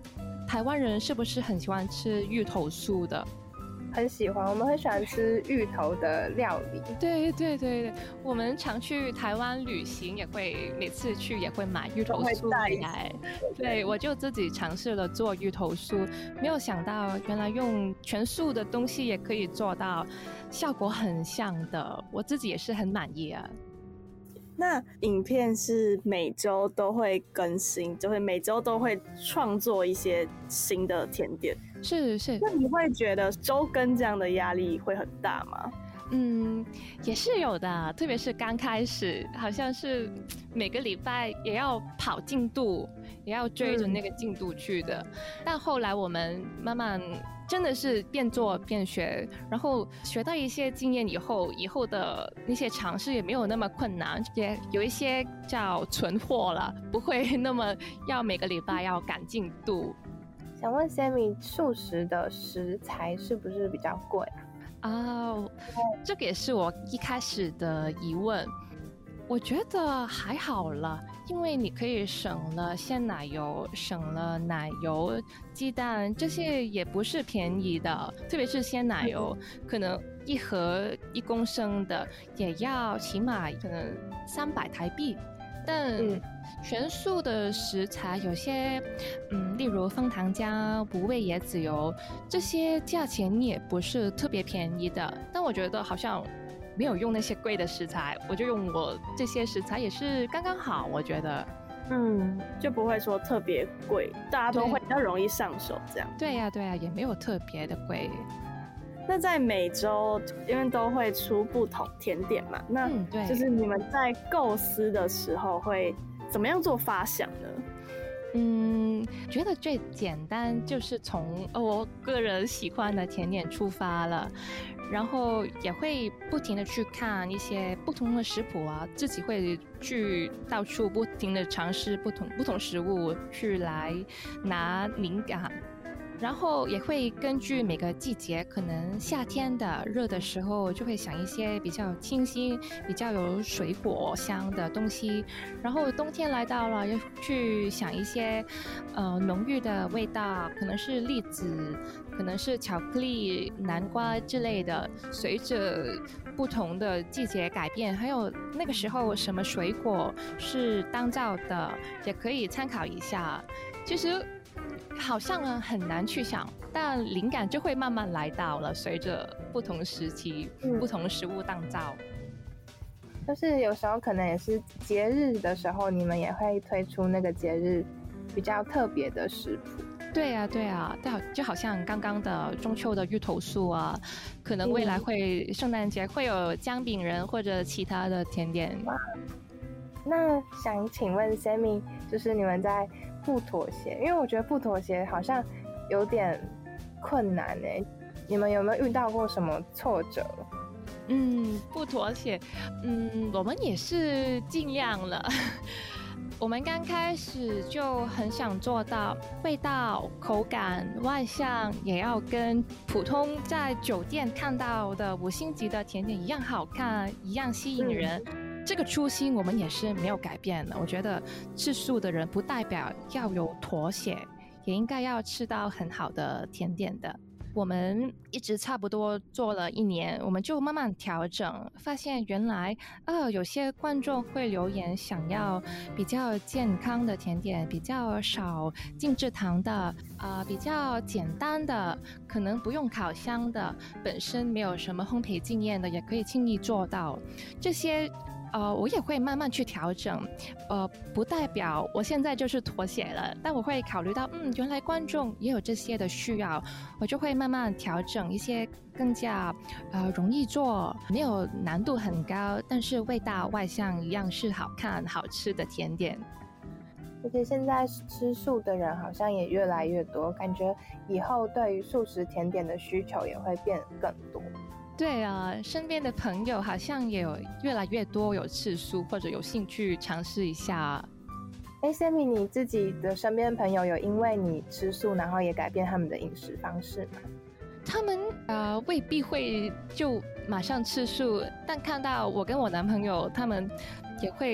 台湾人是不是很喜欢吃芋头酥的？ 很喜欢，我们很喜欢吃芋头的料理。 对对对对，我们常去台湾旅行，也会每次去也会买芋头酥回来。对，我就自己尝试了做芋头酥，没有想到原来用全素的东西也可以做到效果很像的，我自己也是很满意啊。 那影片是每周都会更新，就会每周都会创作一些新的甜点。 是。 那你会觉得周更这样的压力会很大吗？ 也是有的，特别是刚开始，好像是每个礼拜也要跑进度，也要追着那个进度去的。但后来我们慢慢真的是边做边学，然后学到一些经验以后的那些尝试也没有那么困难，也有一些叫存货了，不会那么要每个礼拜要赶进度。 想问 Sammy， 素食的食材是不是比较贵啊？ 这个也是我一开始的疑问。我觉得还好了，因为你可以省了鲜奶油，省了奶油、鸡蛋，这些也不是便宜的。特别是鲜奶油，可能一盒1公升的也要起码可能300台币。但全素的食材有些，例如枫糖浆、不味椰子油，这些价钱也不是特别便宜的。但我觉得好像没有用那些贵的食材，我就用我这些食材也是刚刚好，我觉得。 就不会说特别贵，大家都会比较容易上手这样。 对呀，也没有特别的贵。 那在每周因为都会出不同甜点嘛，那就是你们在构思的时候会怎么样做发想呢？ 觉得最简单就是从我个人喜欢的甜点出发了，然后也会不停的去看一些不同的食谱啊，自己会去到处不停的尝试不同食物去来拿灵感。然后也会根据每个季节，可能夏天的热的时候就会想一些比较清新、比较有水果香的东西，然后冬天来到了，又去想一些浓郁的味道，可能是栗子，可能是巧克力、南瓜之类的。随着不同的季节改变，还有那个时候什么水果是当造的，也可以参考一下。其实好像很难去想，但灵感就会慢慢来到了，随着不同时期、不同食物当造。 就是有时候可能也是节日的时候，你们也会推出那个节日比较特别的食谱。 对啊，就好像刚刚的中秋的芋头酥啊，可能未来会圣诞节会有姜饼人或者其他的甜点。 那想请问 Sammy， 就是你们在不妥协，因为我觉得不妥协好像有点困难欸，你们有没有遇到过什么挫折？ 不妥协，我们也是尽量了。我们刚开始就很想做到味道、口感、外向也要跟普通在酒店看到的5星级的甜点一样好看，一样吸引人。这个初心我们也是没有改变的。我觉得吃素的人不代表要有妥协，也应该要吃到很好的甜点的。我们一直差不多做了1年，我们就慢慢调整，发现原来有些观众会留言想要比较健康的甜点，比较少精制糖的，比较简单的，可能不用烤箱的，本身没有什么烘焙经验的也可以轻易做到。这些我也会慢慢去调整，不代表我现在就是妥协了，但我会考虑到，原来观众也有这些的需要，我就会慢慢调整一些更加容易做，没有难度很高，但是味道外向一样是好看好吃的甜点。 而且现在吃素的人好像也越来越多，感觉以后对于素食甜点的需求也会变更多。 对啊，身边的朋友好像也有越来越多有吃素或者有兴趣尝试一下。 Sammy， 你自己的身边朋友有因为你吃素然后也改变他们的饮食方式吗？ 他们未必会就马上吃素，但看到我跟我男朋友他们也会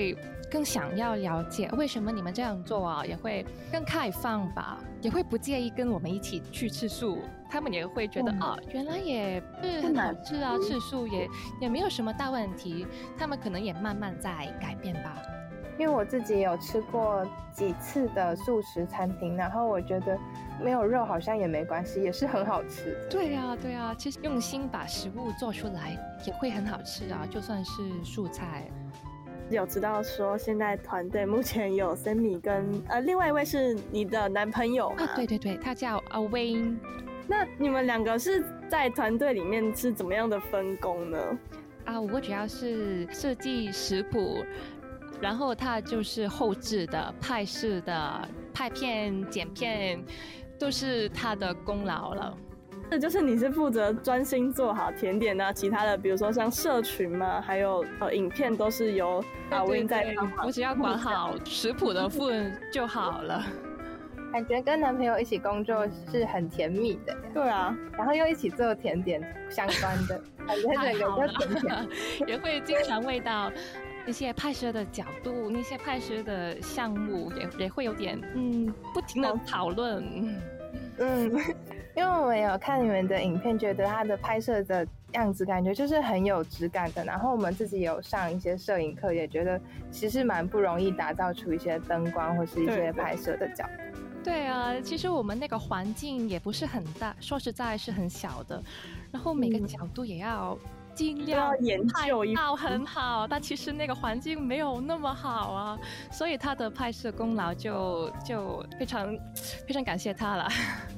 更想要了解为什么你们这样做啊，也会更开放吧，也会不介意跟我们一起去吃素。他们也会觉得原来也是很好吃啊，吃素也没有什么大问题。他们可能也慢慢在改变吧。 因为我自己有吃过几次的素食餐厅，然后我觉得没有肉好像也没关系，也是很好吃的。 对啊，对啊，其实用心把食物做出来也会很好吃啊，就算是素菜。 有知道说现在团队目前有 Sammy 跟另外一位是你的男朋友吗？ 对对对，他叫阿 Wayne。 那你们两个是在团队里面是怎么样的分工呢？ 我主要是设计食谱，然后他就是后制的、拍摄的、拍片、剪片，都是他的功劳了。 这就是你是负责专心做好甜点啊，其他的比如说像社群嘛，还有影片都是由阿 Win 在帮忙。 我只要管好食谱的部分就好了。 感觉跟男朋友一起工作是很甜蜜的。 对啊， 然后又一起做甜点相关的，感觉整个就甜甜。 也会经常为到那些拍摄的角度、那些拍摄的项目也会有点不停的讨论。 因为我们有看你们的影片，觉得它的拍摄的样子感觉就是很有质感的。然后我们自己有上一些摄影课，也觉得其实蛮不容易打造出一些灯光或是一些拍摄的角度。 对啊，其实我们那个环境也不是很大，说实在是很小的，然后每个角度也要尽量拍到很好，但其实那个环境没有那么好啊，所以他的拍摄功劳就非常非常感谢他了。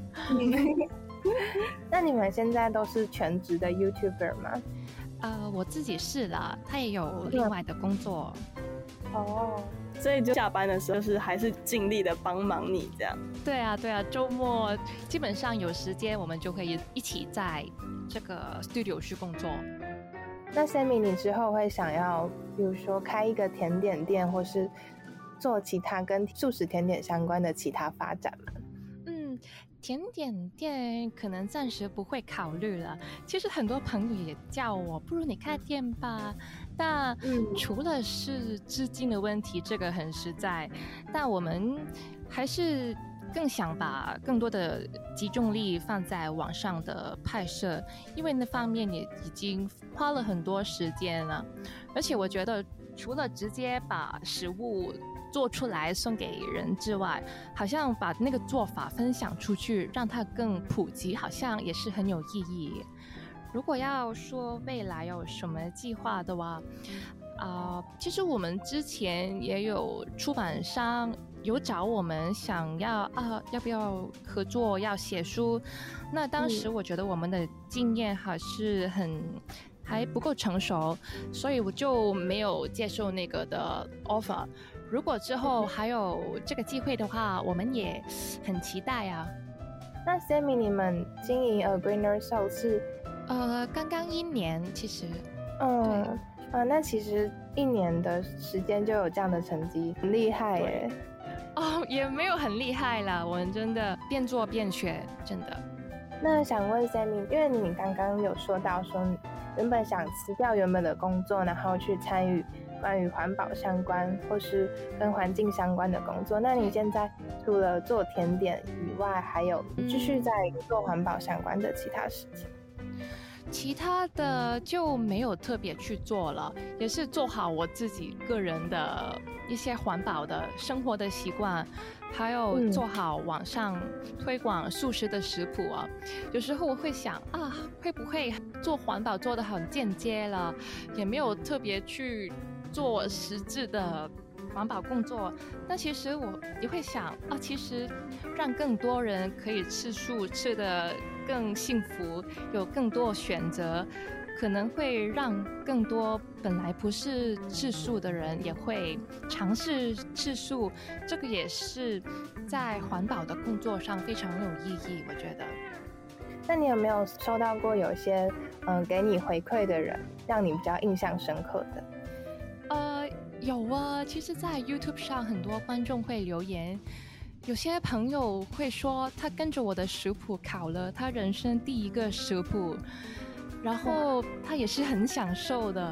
那你们现在都是全职的 YouTuber 吗？ 我自己是啦，他也有另外的工作。 所以就下班的时候是还是尽力的帮忙你这样。 对啊，周末基本上有时间我们就会一起在这个 studio 去工作。 那 Sammy 你之后会想要比如说开一个甜点店，或是做其他跟素食甜点相关的其他发展吗？ 甜点店可能暂时不会考虑了。其实很多朋友也叫我，不如你开店吧。但除了是资金的问题，这个很实在。但我们还是更想把更多的集中力放在网上的拍摄，因为那方面也已经花了很多时间了。而且我觉得，除了直接把食物做出来送给人之外，好像把那个做法分享出去，让它更普及，好像也是很有意义。如果要说未来有什么计划的话，其实我们之前也有出版商有找我们，想要要不要合作，要写书。那当时我觉得我们的经验还不够成熟，所以我就没有接受那个的 offer。如果之后还有这个机会的话，我们也很期待啊。 那 Sammy 你们经营 A Greener Soul 是刚刚1年，其实那其实1年的时间就有这样的成绩，很厉害耶。 也没有很厉害啦，我们真的边做边学，真的。 那想问 Sammy， 因为你刚刚有说到说原本想辞掉原本的工作，然后去参与关于环保相关或是跟环境相关的工作，那你现在除了做甜点以外，还有继续在做环保相关的其他事情？ 其他的就没有特别去做了，也是做好我自己个人的一些环保的生活的习惯，还有做好网上推广素食的食谱啊。有时候我会想会不会做环保做得很间接了，也没有特别去做实质的环保工作。但其实我也会想其实让更多人可以吃素，吃得更幸福，有更多选择，可能会让更多本来不是吃素的人也会尝试吃素。这个也是在环保的工作上非常有意义，我觉得。 那你有没有收到过有些给你回馈的人，让你比较印象深刻的？ 有啊，其实在 YouTube 上很多观众会留言，有些朋友会说他跟着我的食谱烤了他人生第一个食谱，然后他也是很享受的。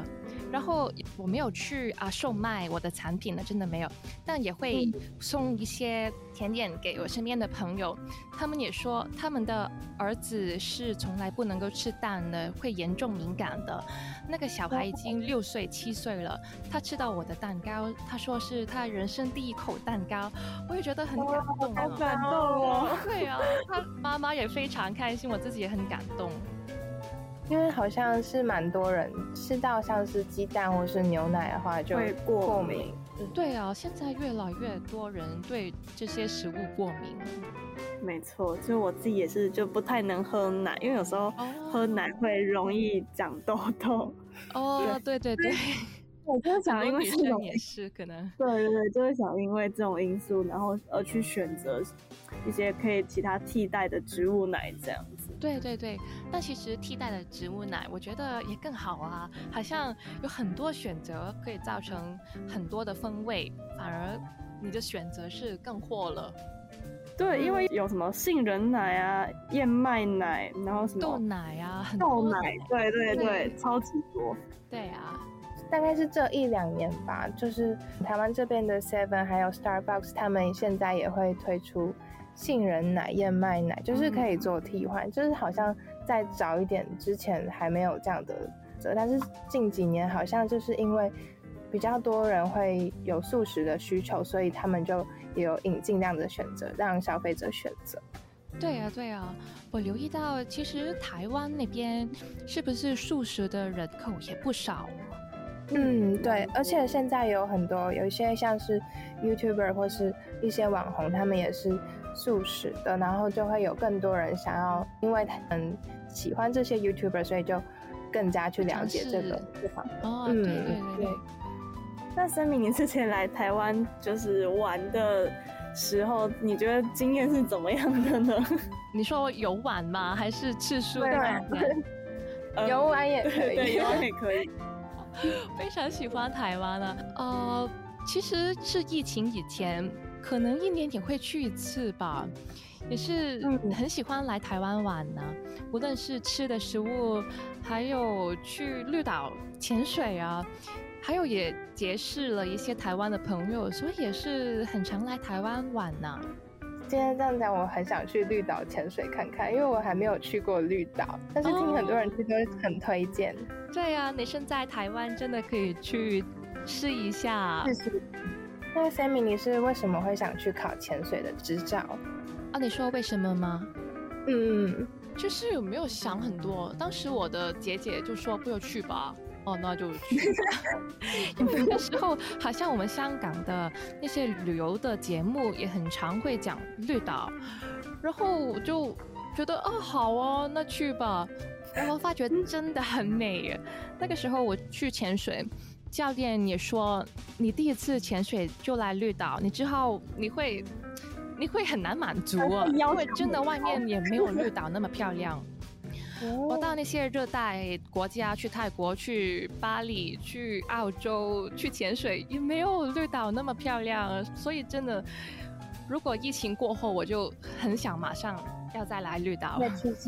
然后我没有去售卖我的产品了，真的没有，但也会送一些甜点给我身边的朋友，他们也说他们的儿子是从来不能够吃蛋的，会严重敏感的。那个小孩已经6岁7岁了，他吃到我的蛋糕，他说是他人生第一口蛋糕，我也觉得很感动好感动哦。 对啊，他妈妈也非常开心，我自己也很感动。 因为好像是蛮多人吃到像是鸡蛋或是牛奶的话就会过敏。 对啊，现在越来越多人对这些食物过敏。 没错，就我自己也是就不太能喝奶，因为有时候喝奶会容易长痘痘。 哦，对对对。 我就想因为女生也是可能， 对，就会想因为这种因素，然后而去选择一些可以其他替代的植物奶这样子。 对对对，但其实替代的植物奶，我觉得也更好啊，好像有很多选择可以造成很多的风味，反而你的选择是更阔了。 对，因为有什么杏仁奶啊、燕麦奶，然后什么豆奶啊，很多豆奶，对对对，超级多。 对啊。 大概是这1-2年吧，就是台湾这边的 Seven 还有 Starbucks， 他们现在也会推出杏仁奶、燕麦奶，就是可以做替换，就是好像再早一点之前还没有这样的，但是近几年好像就是因为比较多人会有素食的需求，所以他们就也有引进这样的选择，让消费者选择。 对啊对啊，我留意到其实台湾那边是不是素食的人口也不少？ 对，而且现在有一些像是 YouTuber 或是一些网红，他们也是素食的，然后就会有更多人想要，因为他们喜欢这些 YouTuber， 所以就更加去了解这个地方。 哦，对对对对。 那Sammy，你之前来台湾就是玩的时候，你觉得经验是怎么样的呢？ 你说游玩吗？还是次数？ 游玩也可以， 对，游玩也可以。 非常喜欢台湾啊，其实是疫情以前，可能1年也会去1次吧，也是很喜欢来台湾玩呢。无论是吃的食物，还有去绿岛潜水啊，还有也结识了一些台湾的朋友，所以也是很常来台湾玩呢。 今天这样讲，我很想去绿岛潜水看看，因为我还没有去过绿岛，但是听很多人去都很推荐。 对啊，你身在台湾真的可以去试一下。 是。那 Sammy， 你是为什么会想去考潜水的执照？ 你说为什么吗？就是有没有想很多？当时我的姐姐就说不要去吧。那就去吧。因为那时候好像我们香港的那些旅游的节目也很常会讲绿岛，然后我就觉得好哦，那去吧。然后发觉真的很美。那个时候我去潜水，教练也说你第1次潜水就来绿岛，你之后你会很难满足啊，因为真的外面也没有绿岛那么漂亮。我到那些热带国家，去泰国、去巴黎、去澳洲去潜水，也没有绿岛那么漂亮。所以真的，如果疫情过后，我就很想马上要再来绿岛。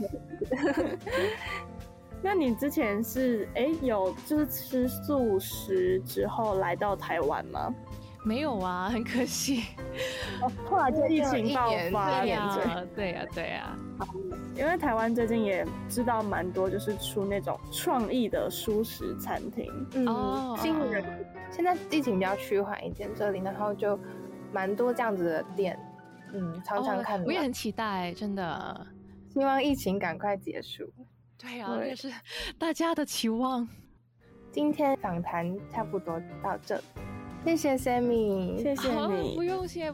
那你之前是有就是吃素食之后来到台湾吗？ 没有啊，很可惜。 后来就疫情爆发， 对呀。 因为台湾最近也知道蛮多，就是出那种创意的蔬食餐厅。 新人现在疫情比较趋缓一点，这里然后就蛮多这样子的店，常常看到。 我也很期待，真的。 希望疫情赶快结束。 对啊，这是大家的期望。 今天访谈差不多到这里。谢谢 Sammy， 谢谢你。 不用谢。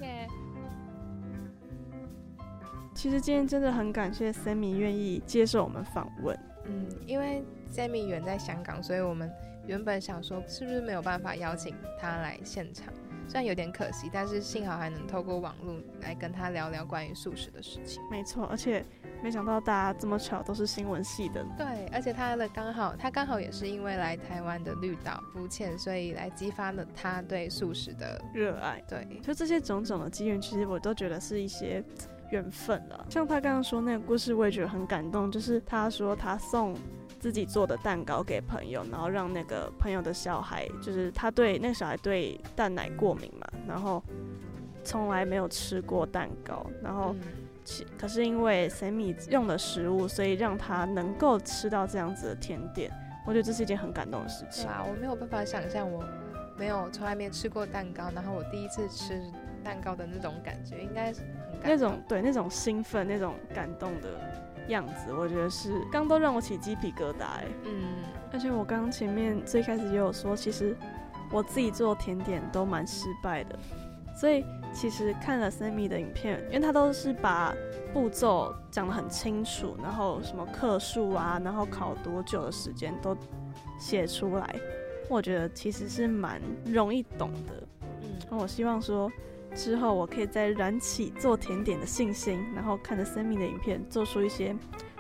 其实今天真的很感谢 Sammy 愿意接受我们访问。 因为 Sammy 远在香港，所以我们原本想说是不是没有办法邀请他来现场，虽然有点可惜，但是幸好还能透过网络来跟他聊聊关于素食的事情。 没错，而且没想到大家这么巧都是新闻系的。 对，而且他刚好也是因为来台湾的绿岛浮潜，所以来激发了他对素食的热爱。 对， 就这些种种的机缘，其实我都觉得是一些缘分了。像他刚刚说那个故事，我也觉得很感动，就是他说他送自自己做的蛋糕给朋友，然后让那个朋友的小孩，就是那个小孩对蛋奶过敏嘛，然后从来没有吃过蛋糕，然后可是因为 Sammy 用的食物，所以让他能够吃到这样子的甜点，我觉得这是一件很感动的事情。 对啊，我没有办法想象我从来没吃过蛋糕，然后我第一次吃蛋糕的那种感觉，应该是很感动。 那种兴奋、那种感动的样子，我觉得是刚都让我起鸡皮疙瘩而且我刚前面最开始也有说，其实我自己做甜点都蛮失败的，所以其实看了 Sammy 的影片，因为他都是把步骤讲得很清楚，然后什么克数啊，然后烤多久的时间都写出来，我觉得其实是蛮容易懂的。我希望说之后我可以再燃起做甜点的信心，然后看着 Sammy 的影片做出一些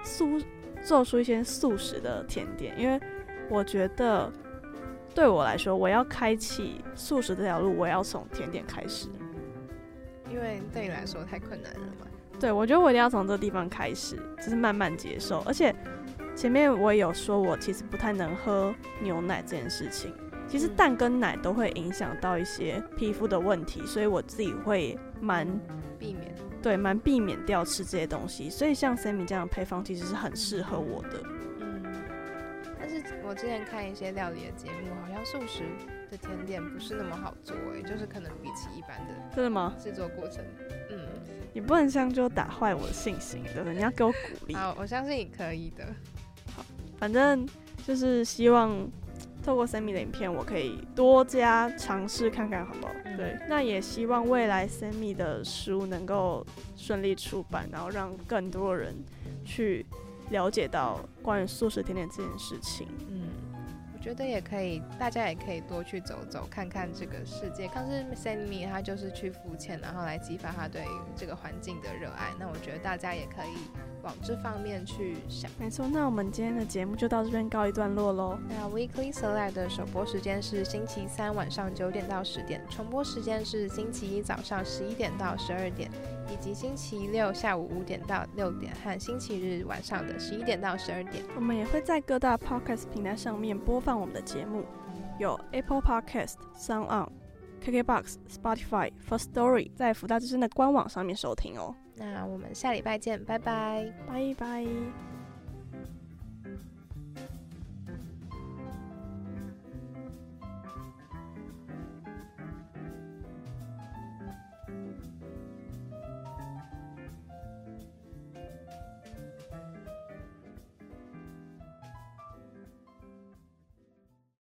素食的甜点，因为我觉得对我来说，我要开启素食这条路，我要从甜点开始， 因为对你来说太困难了嘛。 对，我觉得我一定要从这个地方开始，就是慢慢接受。而且前面我也有说，我其实不太能喝牛奶这件事情。其实蛋跟奶都会影响到一些皮肤的问题，所以我自己会蛮避免掉吃这些东西。所以像 Sammy 这样的配方其实是很适合我的。 但是我之前看一些料理的节目，好像素食的甜点不是那么好做就是可能比起一般的真的吗？ 制作过程， 你不能这样就打坏我的信心，对不对？你要给我鼓励。 好，我相信你可以的。 好，反正就是希望透过 Sammy 的影片，我可以多加尝试看看，好不好？对，那也希望未来 Sammy 的书能够顺利出版，然后让更多人去了解到关于素食甜点这件事情。 我觉得也可以，大家也可以多去走走，看看这个世界。像是 Sammy 他就是去浮潜，然后来激发他对这个环境的热爱。那我觉得大家也可以往这方面去想。 没错，那我们今天的节目就到这边告一段落咯。 那 Weekly Select 的首播时间是星期三晚上9点到10点，重播时间是星期一早上11点到12点，以及星期六下午5点到6点和星期日晚上的11点到12点。 我们也会在各大 Podcast 平台上面播放我们的节目，有 Apple Podcast、SoundOn、KKBOX、Spotify、Firstory， 在福大之声的官网上面收听哦。 那我们下礼拜见，拜拜， 拜拜。